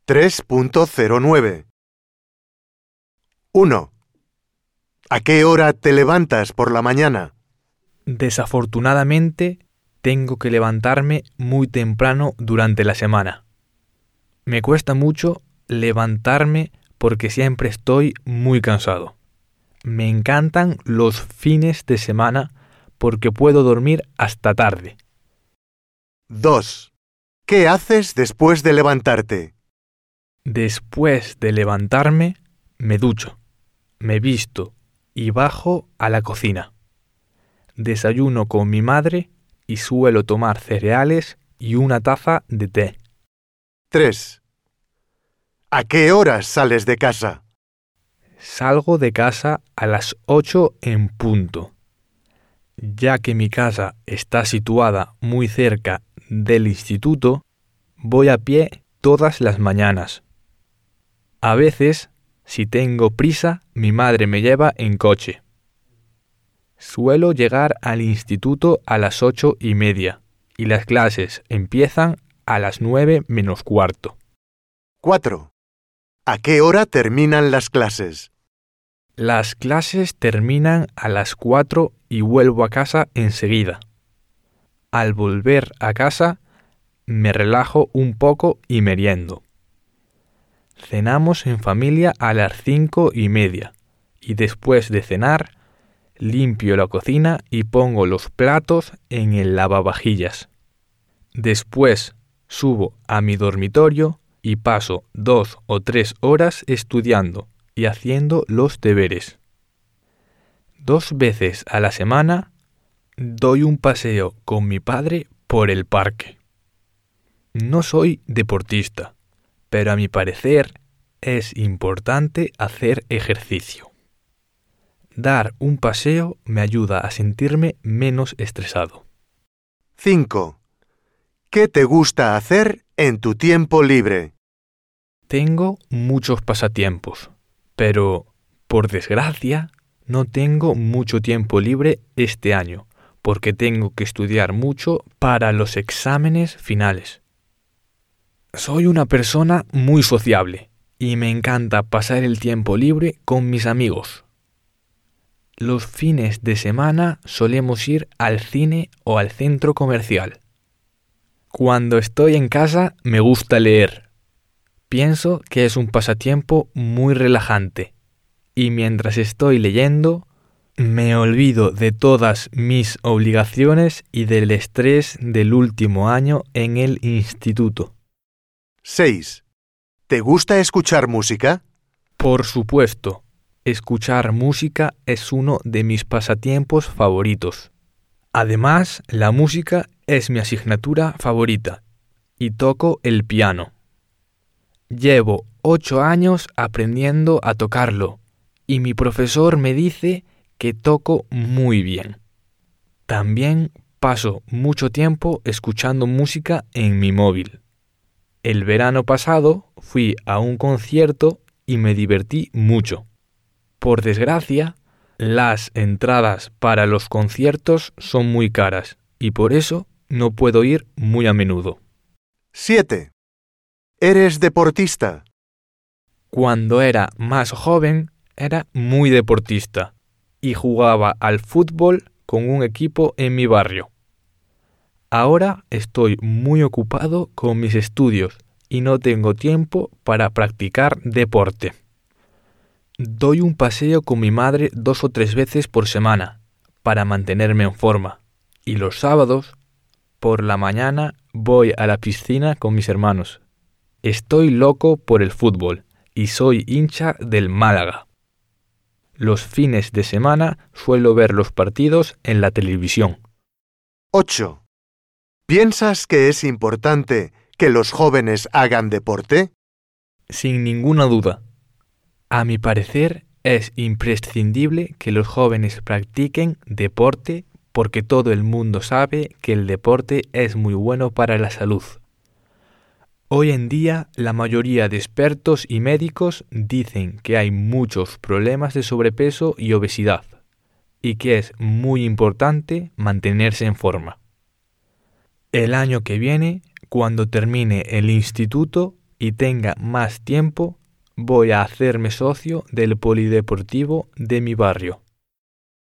3.09. 1. ¿A qué hora te levantas por la mañana? Desafortunadamente, tengo que levantarme muy temprano durante la semana. Me cuesta mucho levantarme porque siempre estoy muy cansado. Me encantan los fines de semana porque puedo dormir hasta tarde. 2. ¿Qué haces después de levantarte? Después de levantarme, me ducho, me visto y bajo a la cocina. Desayuno con mi madre y suelo tomar cereales y una taza de té. 3. ¿A qué horas sales de casa? Salgo de casa a las 8 en punto. Ya que mi casa está situada muy cerca del instituto, voy a pie todas las mañanas. A veces, si tengo prisa, mi madre me lleva en coche. Suelo llegar al instituto a las 8:30 y las clases empiezan a las 9 menos cuarto. 4. ¿A qué hora terminan las clases? Las clases terminan a las 4 y vuelvo a casa enseguida. Al volver a casa, me relajo un poco y meriendo. Cenamos en familia a las 5:30 y después de cenar, limpio la cocina y pongo los platos en el lavavajillas. Después subo a mi dormitorio y paso 2 o 3 horas estudiando y haciendo los deberes. 2 veces a la semana doy un paseo con mi padre por el parque. No soy deportista, pero a mi parecer es importante hacer ejercicio. Dar un paseo me ayuda a sentirme menos estresado. 5. ¿Qué te gusta hacer en tu tiempo libre? Tengo muchos pasatiempos, pero, por desgracia, no tengo mucho tiempo libre este año, porque tengo que estudiar mucho para los exámenes finales. Soy una persona muy sociable y me encanta pasar el tiempo libre con mis amigos. Los fines de semana solemos ir al cine o al centro comercial. Cuando estoy en casa me gusta leer. Pienso que es un pasatiempo muy relajante y mientras estoy leyendo me olvido de todas mis obligaciones y del estrés del último año en el instituto. 6. ¿Te gusta escuchar música? Por supuesto, escuchar música es uno de mis pasatiempos favoritos. Además, la música es mi asignatura favorita y toco el piano. Llevo 8 años aprendiendo a tocarlo y mi profesor me dice que toco muy bien. También paso mucho tiempo escuchando música en mi móvil. El verano pasado fui a un concierto y me divertí mucho. Por desgracia, las entradas para los conciertos son muy caras y por eso no puedo ir muy a menudo. 7. ¿Eres deportista? Cuando era más joven, era muy deportista y jugaba al fútbol con un equipo en mi barrio. Ahora estoy muy ocupado con mis estudios y no tengo tiempo para practicar deporte. Doy un paseo con mi madre 2 o 3 veces por semana para mantenerme en forma y los sábados, por la mañana, voy a la piscina con mis hermanos. Estoy loco por el fútbol y soy hincha del Málaga. Los fines de semana suelo ver los partidos en la televisión. 8. ¿Piensas que es importante que los jóvenes hagan deporte? Sin ninguna duda. A mi parecer, es imprescindible que los jóvenes practiquen deporte porque todo el mundo sabe que el deporte es muy bueno para la salud. Hoy en día, la mayoría de expertos y médicos dicen que hay muchos problemas de sobrepeso y obesidad y que es muy importante mantenerse en forma. El año que viene, cuando termine el instituto, y tenga más tiempo, voy a hacerme socio del polideportivo de mi barrio.